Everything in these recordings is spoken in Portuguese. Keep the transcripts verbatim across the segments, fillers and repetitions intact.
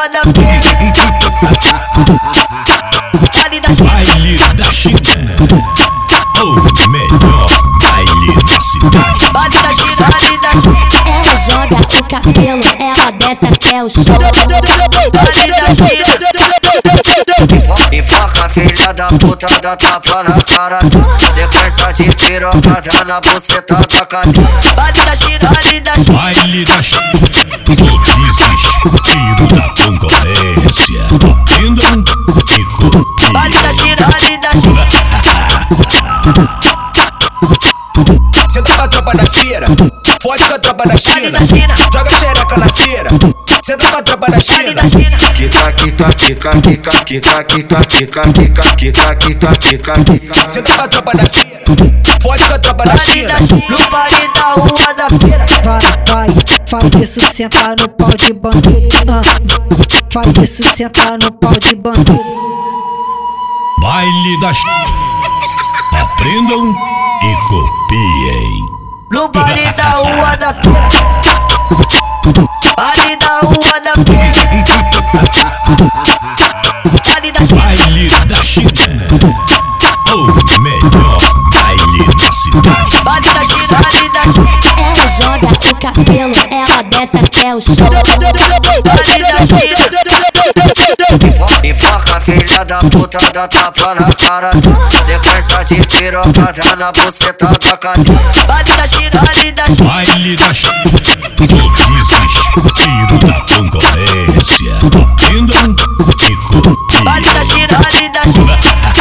rua da feira. Baile da China, baile da China, o melhor baile da cidade. baile da China, baile da China. Ela joga o cabelo, ela desce até o chão. Baile da China. Enfoca filha da puta, dá tapa na cara. Sequência de pirocada na buceta da cadeia. Baile da China, baile da China. Baile da China, o tiro da concorrência. Aprendam e copiem. Baile da China, baile da China. Cê tá com a tropa da feira, fode com a tropa da Baile China. da China, Joga xereca na feira, cê tá com a tropa da baile China. da China. Quica, quica, quica, quica, quica, quica, quica, quica, quica, quica, quica, quica. Cê tá com a tropa da feira, fode com a tropa da Baile China. da China, no baile da rua da feira. Vai, vai, faz isso, senta no pau de bandido. Ah, faz isso, senta no pau de bandido. Baile da China, aprendam e copiem. No baile da rua da feira. Baile da rua da feira. Baile da China, Baile da China, o melhor baile da cidade. baile da China, baile da China. Ela joga o cabelo, ela desce até o chão. Baile da China. Enfoca filha da puta, dá tapa na cara. Sequência de pirocada na buceta da cadeia. Baile da China, baile da China. Baile da China, o tiro da concorrência. Aprendam e Baile da copiem. China, baile da China.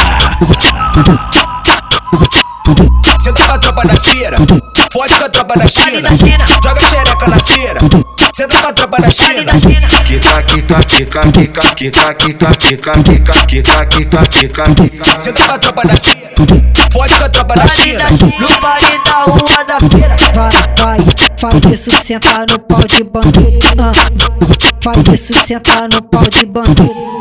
Cê tá com a tropa da feira, fode com a tropa da Baile China. da China, Joga xereca na feira, cê tá com a tropa da baile China. da China. Quica, quica, quica, quica, quica, quica, quica, quica, quica, quica, quica, quica. Cê tá com a tropa da feira, fode com a tropa da Baile China. da China, no baile da rua da feira. Vai, vai, faz isso, senta no pau de bandido. Ah, faz isso, senta no pau de bandido.